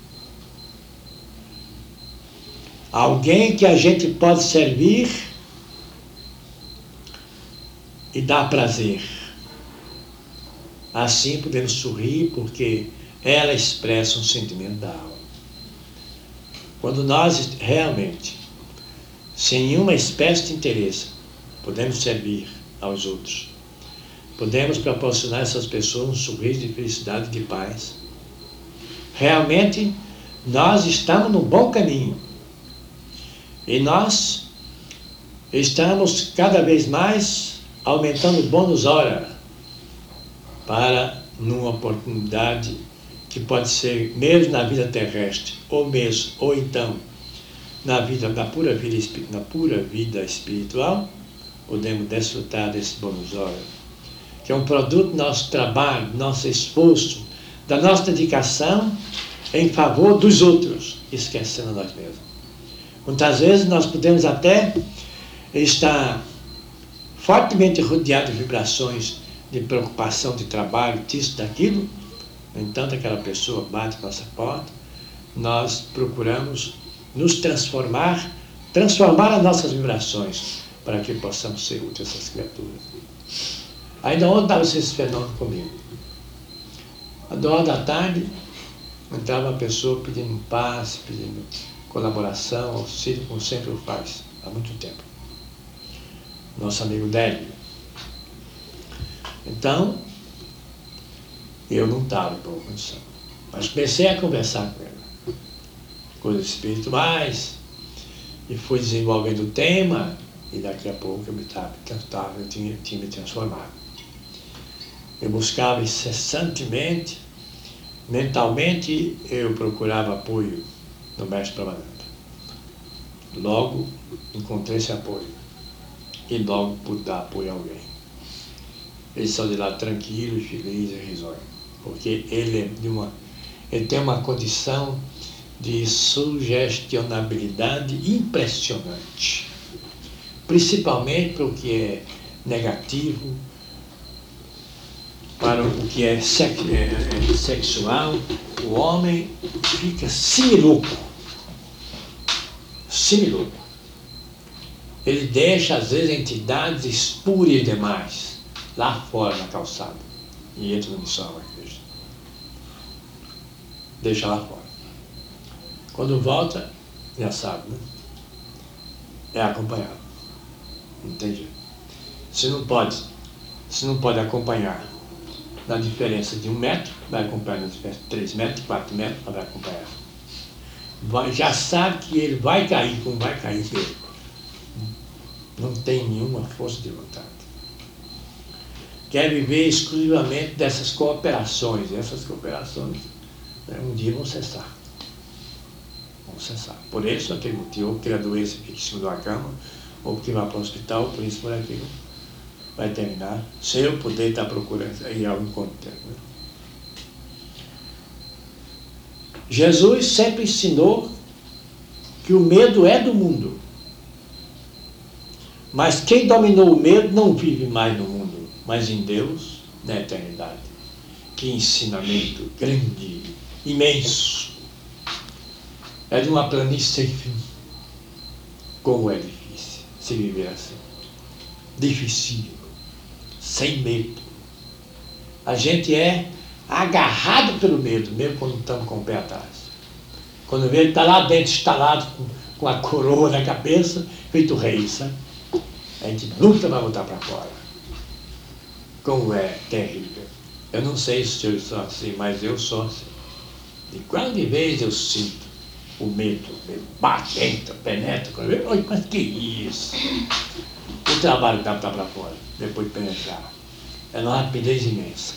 Alguém que a gente pode servir e dar prazer. Assim podemos sorrir porque ela expressa um sentimento da alma. Quando nós realmente, sem nenhuma espécie de interesse, podemos servir aos outros, podemos proporcionar a essas pessoas um sorriso de felicidade e de paz, realmente nós estamos no bom caminho. E nós estamos cada vez mais aumentando o bônus hora para, numa oportunidade que pode ser mesmo na vida terrestre, ou mesmo, ou então na vida, na pura vida, na pura vida espiritual, podemos desfrutar desse bônus hora, que é um produto do nosso trabalho, do nosso esforço, da nossa dedicação em favor dos outros, esquecendo nós mesmos. Muitas vezes nós podemos até estar fortemente rodeados de vibrações de preocupação, de trabalho, disso, daquilo. No entanto, aquela pessoa bate na nossa porta, nós procuramos nos transformar, transformar as nossas vibrações para que possamos ser úteis a essas criaturas. Ainda ontem estava esse fenômeno comigo. A duas horas da tarde, entrava uma pessoa pedindo paz, pedindo colaboração, auxílio, como sempre o faz, há muito tempo. Nosso amigo Délio. Então, eu não estava em boa condição. Mas comecei a conversar com ele. Coisas espirituais, e fui desenvolvendo o tema, e daqui a pouco eu me estava, eu tinha, tinha me transformado. Eu buscava incessantemente, mentalmente, eu procurava apoio no Mestre Brahmananda. Logo encontrei esse apoio, e logo pude dar apoio a alguém. Ele saiu de lá tranquilo, feliz e risonho, porque ele, é de uma, ele tem uma condição de sugestionabilidade impressionante, principalmente para o que é negativo, para o que é, sex, é, é sexual. O homem fica semilouco, semilouco. Ele deixa, às vezes, entidades espúrias demais lá fora na calçada e entra na missão à igreja. Deixa lá fora. Quando volta, já sabe, né? É acompanhado. Não tem jeito. Se não pode, se não pode acompanhar na diferença de um metro, vai acompanhar na diferença de três metros, quatro metros, vai acompanhar. Vai, já sabe que ele vai cair, como vai cair ele. Não tem nenhuma força de vontade. Quer viver exclusivamente dessas cooperações. Essas cooperações, né, um dia vão cessar. Vão cessar. Por isso, aquele motivo, ou porque a doença fica em cima de uma cama, ou porque vai para o hospital, por isso, por aquilo, vai terminar, sem eu poder estar procurando aí algo encontro. Né? Jesus sempre ensinou que o medo é do mundo. Mas quem dominou o medo não vive mais no mundo, mas em Deus, na eternidade. Que ensinamento grande, imenso. É de uma planície sem fim. Como é difícil se viver assim. Difícil. Sem medo. A gente é agarrado pelo medo, mesmo quando estamos com o pé atrás. Quando vê ele está lá dentro, instalado, com, com a coroa na cabeça, feito rei, sabe? A gente luta para voltar para fora. Como é terrível. Eu não sei se eu sou assim, mas eu sou assim. De quando de vez eu sinto o medo, me bate, entra, penetra, oi, mas que isso? O trabalho que dá para estar para fora, depois de penetrar. É uma rapidez imensa.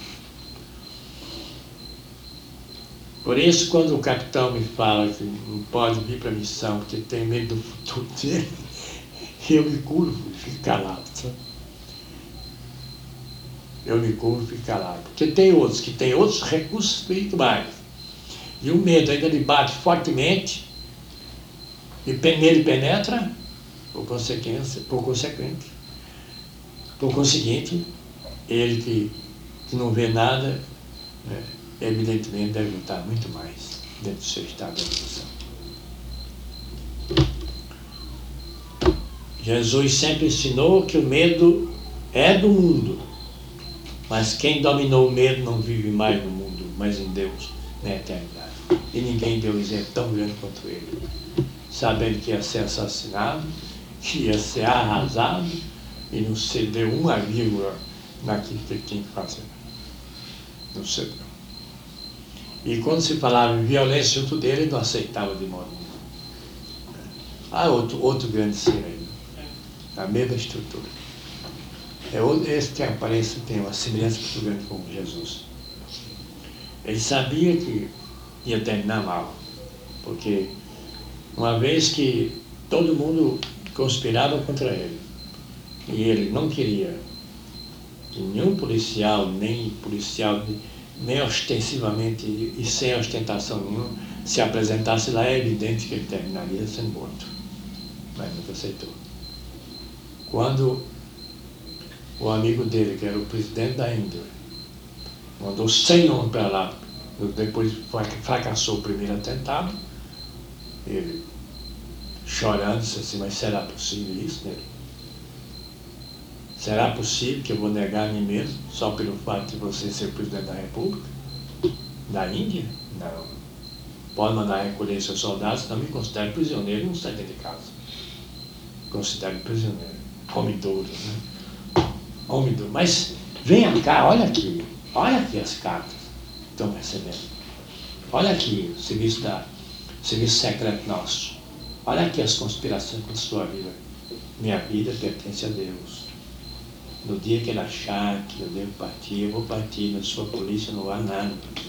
Por isso, quando o capitão me fala que não pode vir para a missão porque tem medo do futuro dele, eu me curvo e fico calado, sabe? Eu me curvo e fico calado. Porque tem outros que têm outros recursos espirituais. E o medo ainda lhe bate fortemente, e nele penetra, por consequência, por consequente, por conseguinte, ele que, que não vê nada, né, evidentemente deve lutar muito mais dentro do seu estado de evolução. Jesus sempre ensinou que o medo é do mundo, Mas quem dominou o medo não vive mais no mundo, mas em Deus, na eternidade. E ninguém deu exemplo tão grande quanto ele. Sabendo que ia ser assassinado, que ia ser arrasado, e não cedeu uma vírgula naquilo que ele tinha que fazer. Não cedeu. E quando se falava em violência junto dele, ele não aceitava de modo nenhum. Ah, outro, outro grande ser aí. A mesma estrutura. É outro, esse que aparece tem uma semelhança muito grande com Jesus. Ele sabia que ia terminar mal, porque uma vez que todo mundo conspirava contra ele, e ele não queria que nenhum policial, nem policial, nem ostensivamente e sem ostentação nenhuma, se apresentasse lá, é evidente que ele terminaria sendo morto. Mas nunca aceitou. Quando o amigo dele, que era o presidente da Índia, mandou cem homens para lá, depois fracassou o primeiro atentado, ele, chorando, disse assim, mas será possível isso, né? Será possível que eu vou negar a mim mesmo, só pelo fato de você ser presidente da República? Da Índia? Não. Pode mandar recolher seus soldados, não me considere prisioneiro e não sai dentro de casa. Considere prisioneiro. Homem duro, né? Homem duro. Mas venha cá, olha aqui. Olha aqui as cartas que estão recebendo. Olha aqui o serviço, da, o serviço secreto nosso. Olha aqui as conspirações contra a sua vida. Minha vida pertence a Deus. No dia que ele achar que eu devo partir, eu vou partir. Na sua polícia não há nada.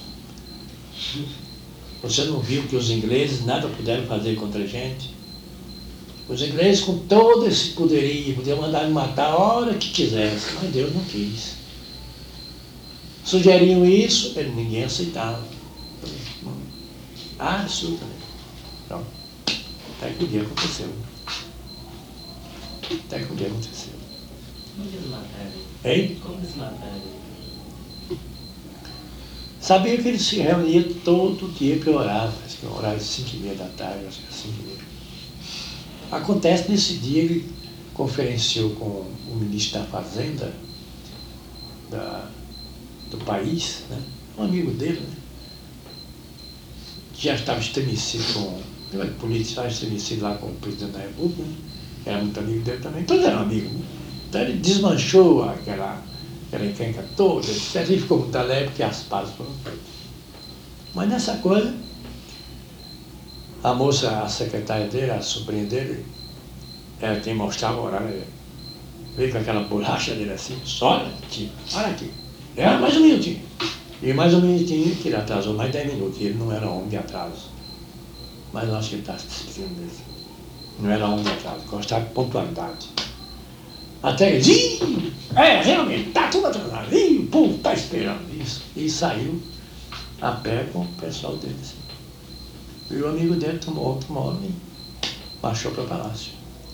Você não viu que os ingleses nada puderam fazer contra a gente? Os ingleses, com todo esse poderio, podiam mandar me matar a hora que quisesse, mas Deus não quis. Sugeriam isso, ninguém aceitava. Absolutamente. Então, até que o dia aconteceu. Até que o dia aconteceu. Como eles mataram? Hein? Como eles mataram? Sabia que ele se reunia todo dia para orar, acho que orava às cinco e meia da tarde, acho que às cinco e meia. Acontece nesse dia ele conferenciou com o ministro da Fazenda da, do país, né? Um amigo dele, né? Que já estava estremecido com o político, estava estremecido lá com o presidente da República, né? Era muito amigo dele também, todos eram amigos, né? Então ele desmanchou aquela, aquela encrenca toda, etcétera. E ficou muito alegre porque as pazes foram feitas. Mas nessa coisa, a moça, a secretária dele, a sobrinha dele, ela tem mostrado o horário, veio com aquela bolacha dele assim, olha, tio, olha aqui, era mais um minutinho. E mais um minutinho que ele atrasou mais dez minutos, e ele não era homem de atraso. Mas eu acho que ele está se esquecendo mesmo. Não era homem de atraso, gostava de pontualidade. Até ele disse, é, realmente, está tudo atrasado, e o povo está esperando isso. E saiu a pé com o pessoal dele. Assim. E o amigo dele tomou outro modo e marchou para o palácio.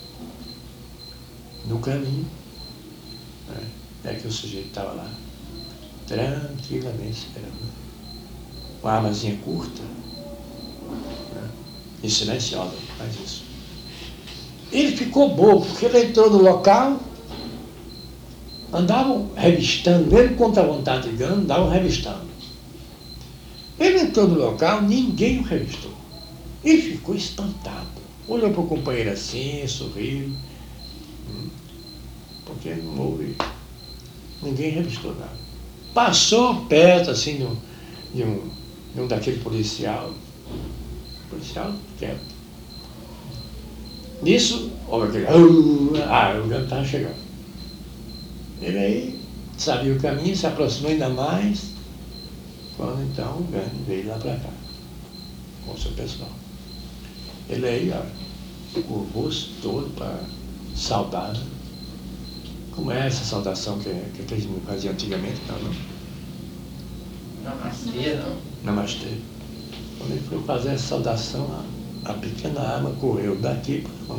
No caminho, né, é que o sujeito estava lá, tranquilamente esperando. Uma armazinha curta, né, e silenciosa, faz isso. Ele ficou bobo, porque ele entrou no local, andavam revistando, mesmo contra a vontade de engano, andavam revistando. Ele entrou no local, ninguém o revistou. Ele ficou espantado. Olhou para o companheiro assim, sorriu, porque não houve, ninguém revistou nada. Passou perto assim de um, de um, de um daquele policial, policial quieto. Nisso, olha aquele, ah, o Gano estava chegando. Ele aí sabia o caminho, se aproximou ainda mais, quando então o Gano veio lá para cá, com o seu pessoal. Ele aí, ó, curvou-se todo para saudar. Como é essa saudação que, que aqueles faziam antigamente? Não, não. Namastê, não? Namastê. Quando ele foi fazer essa saudação, a, a pequena arma correu daqui para lá.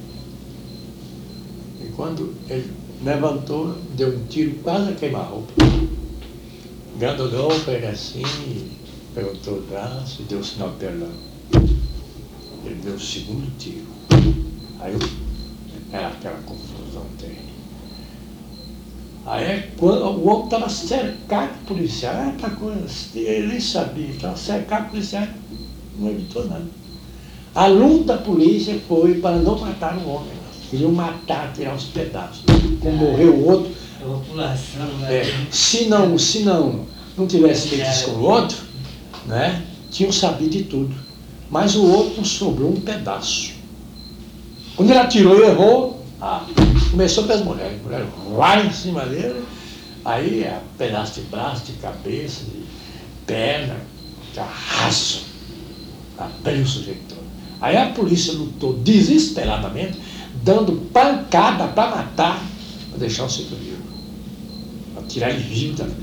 E quando ele levantou, deu um tiro quase a queimar-roupa. Gando olhou para ele assim, perguntou o braço e deu o sinal de perdão. Ele deu o segundo tiro. Aí era aquela confusão terrível. Aí quando, o homem estava cercado de policiais, ah, tá coisa, ele nem sabia, estava cercado de policiais, não evitou nada. A luta da polícia foi para não matar o homem. Queriam matar, tirar os pedaços. Como morreu o outro. É uma população, É, se não, se não, não tivesse feito isso com o outro, né, tinham sabido de tudo. Mas o outro sobrou um pedaço. Quando ele atirou e errou, ah, começou pelas mulheres. As mulheres vai em cima dele, aí é pedaço de braço, de cabeça, de perna, de arraso. Abriu o sujeito todo. Aí a polícia lutou desesperadamente, dando pancada para matar, para deixar o sujeito vivo. Para tirar ele vivo da vida.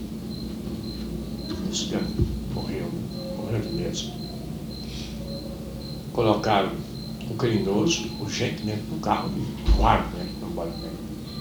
Isso que morreu, morreu de mesmo. Colocaram o criminoso urgentemente no carro e voaram dentro, embora dentro.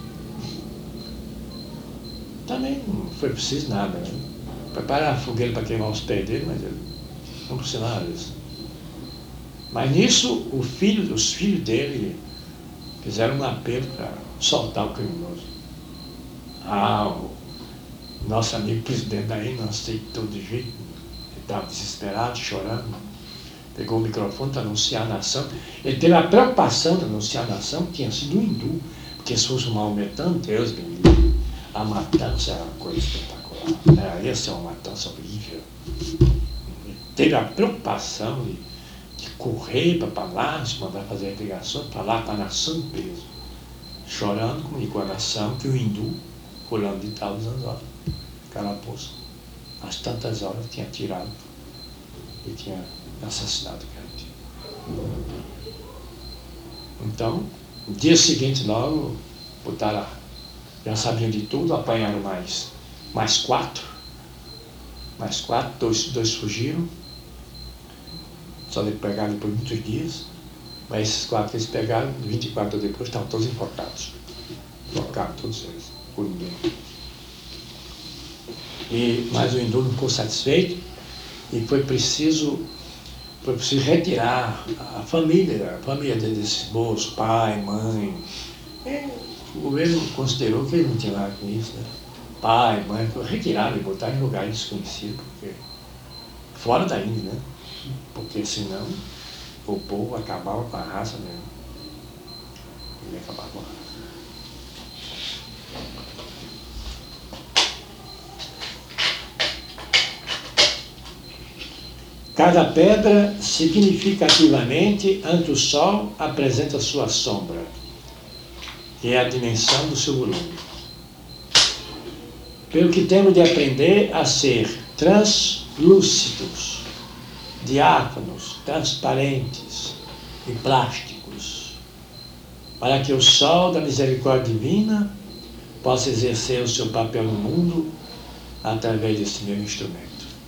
Também não foi preciso nada, né? Preparar a fogueira para queimar os pés dele, mas ele não precisava disso. Mas nisso, o filho, os filhos dele fizeram um apelo para soltar o criminoso. Ah, o nosso amigo presidente daí não aceitou de jeito, ele estava desesperado, chorando. Pegou o microfone para anunciar a nação. Ele teve a preocupação de anunciar a nação que tinha sido um hindu, porque se fosse um maometano, Deus me livre, a matança era uma coisa espetacular. Era essa é uma matança horrível. Ele teve a preocupação de, de correr para palácio, mandar fazer ligações para lá, para a nação em peso. Chorando, comunicou a nação que o hindu, fulano de tal, dos horas, carapuço, às tantas horas tinha tirado e tinha assassinado o cara. Então, no dia seguinte logo, botaram, já sabiam de tudo, apanharam mais, mais quatro, mais quatro, dois, dois fugiram, só de pegaram por muitos dias, mas esses quatro que eles pegaram, vinte e quatro horas depois, estavam todos enforcados. Enforcaram todos eles, por ninguém. E, mas o hindu não ficou satisfeito e foi preciso Foi preciso retirar a família, a família desses moços, pai, mãe. E o governo considerou que ele não tinha nada com isso, né? Pai, mãe, retiraram e botaram em lugar desconhecido, porque fora da Índia, né? Porque senão o povo acabava com a raça mesmo. Ele acabava com a raça. Cada pedra, significativamente, ante o sol, apresenta sua sombra, que é a dimensão do seu volume. Pelo que temos de aprender a ser translúcidos, diáfanos, transparentes e plásticos, para que o sol da misericórdia divina possa exercer o seu papel no mundo através desse meu instrumento.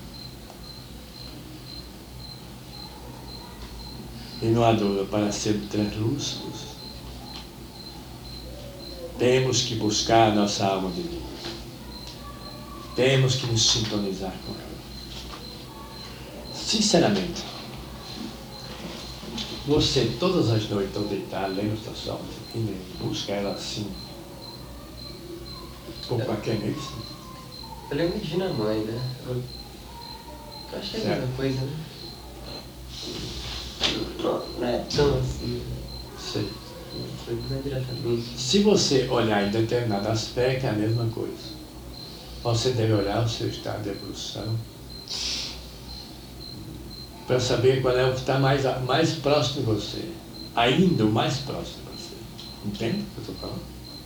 E não há dúvida, para ser translúcidos, temos que buscar a nossa alma divina. Temos que nos sintonizar com ela. Sinceramente, você todas as noites ao deitar, lendo suas almas divinas, busca ela assim, por qualquer meio. Eu lembro de Gina Mãe, né? Eu, eu achei a mesma coisa, né? Não, não é tão assim. Sei. Não é diretamente. Se você olhar em determinado aspecto, é a mesma coisa. Você deve olhar o seu estado de evolução para saber qual é o que está mais, mais próximo de você. Ainda o mais próximo de você. Entende o que eu estou falando?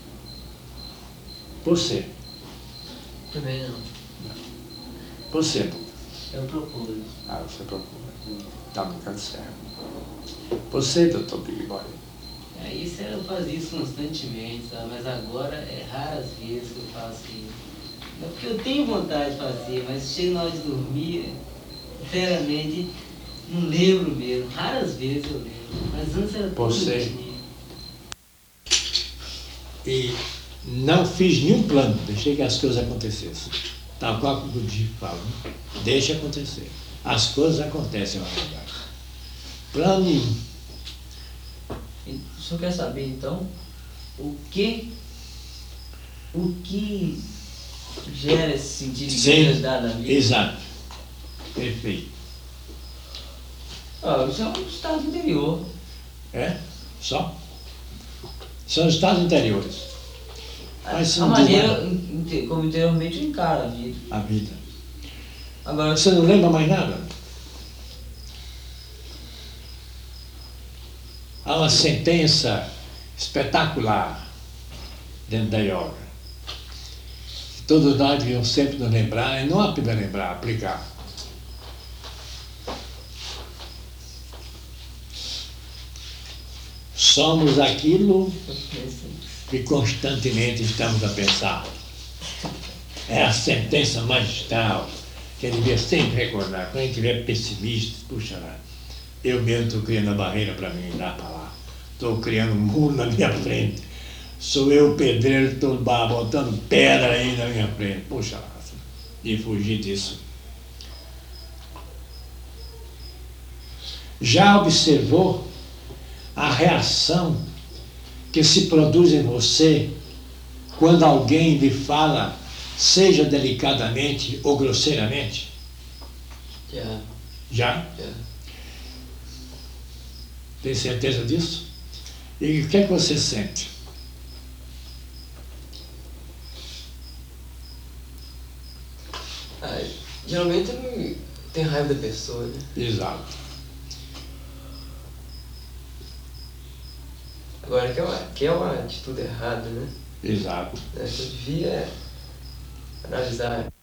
Você. Também não. Você, Lucas. Eu procuro. Ah, você procura. Está no canto certo. Você, doutor Big Boy. É, isso eu fazia isso constantemente, sabe? Mas agora é raras vezes que eu faço isso. Não é porque eu tenho vontade de fazer, mas chega na hora de dormir, sinceramente, não lembro mesmo. Raras vezes eu lembro. Mas antes era tudo Você. rotina. E não fiz nenhum plano, deixei que as coisas acontecessem. Tal qual o Budismo fala, né? Deixa acontecer. As coisas acontecem na verdade. Plano nenhum. O senhor quer saber, então, o que o que gera esse sentido de Sim, curiosidade na vida. exato. Perfeito. Ah, isso é um estado interior. É? Só? São estados interiores. Mas A não maneira diz inte- como interiormente eu encaro a vida. a vida. Agora, Você não lembra mais nada? Há uma sentença espetacular dentro da yoga. Que todos nós devíamos sempre nos lembrar, e não apenas lembrar, aplicar. Somos aquilo que constantemente estamos a pensar. É a sentença magistral que ele devia sempre recordar. Quando a gente estiver pessimista, puxa lá, eu mesmo estou criando a barreira para mim dar para lá. Estou criando um muro na minha frente. Sou eu o pedreiro, estou botando pedra aí na minha frente. Puxa lá, e fugir disso. Já observou a reação que se produz em você quando alguém lhe fala, seja delicadamente ou grosseiramente? Já, Já? já. Tem certeza disso? E o que é que você sente? Ah, geralmente eu não tenho raiva da pessoa, né? Exato. Agora, que é uma, que é uma atitude errada, né? Exato. É, que eu devia analisar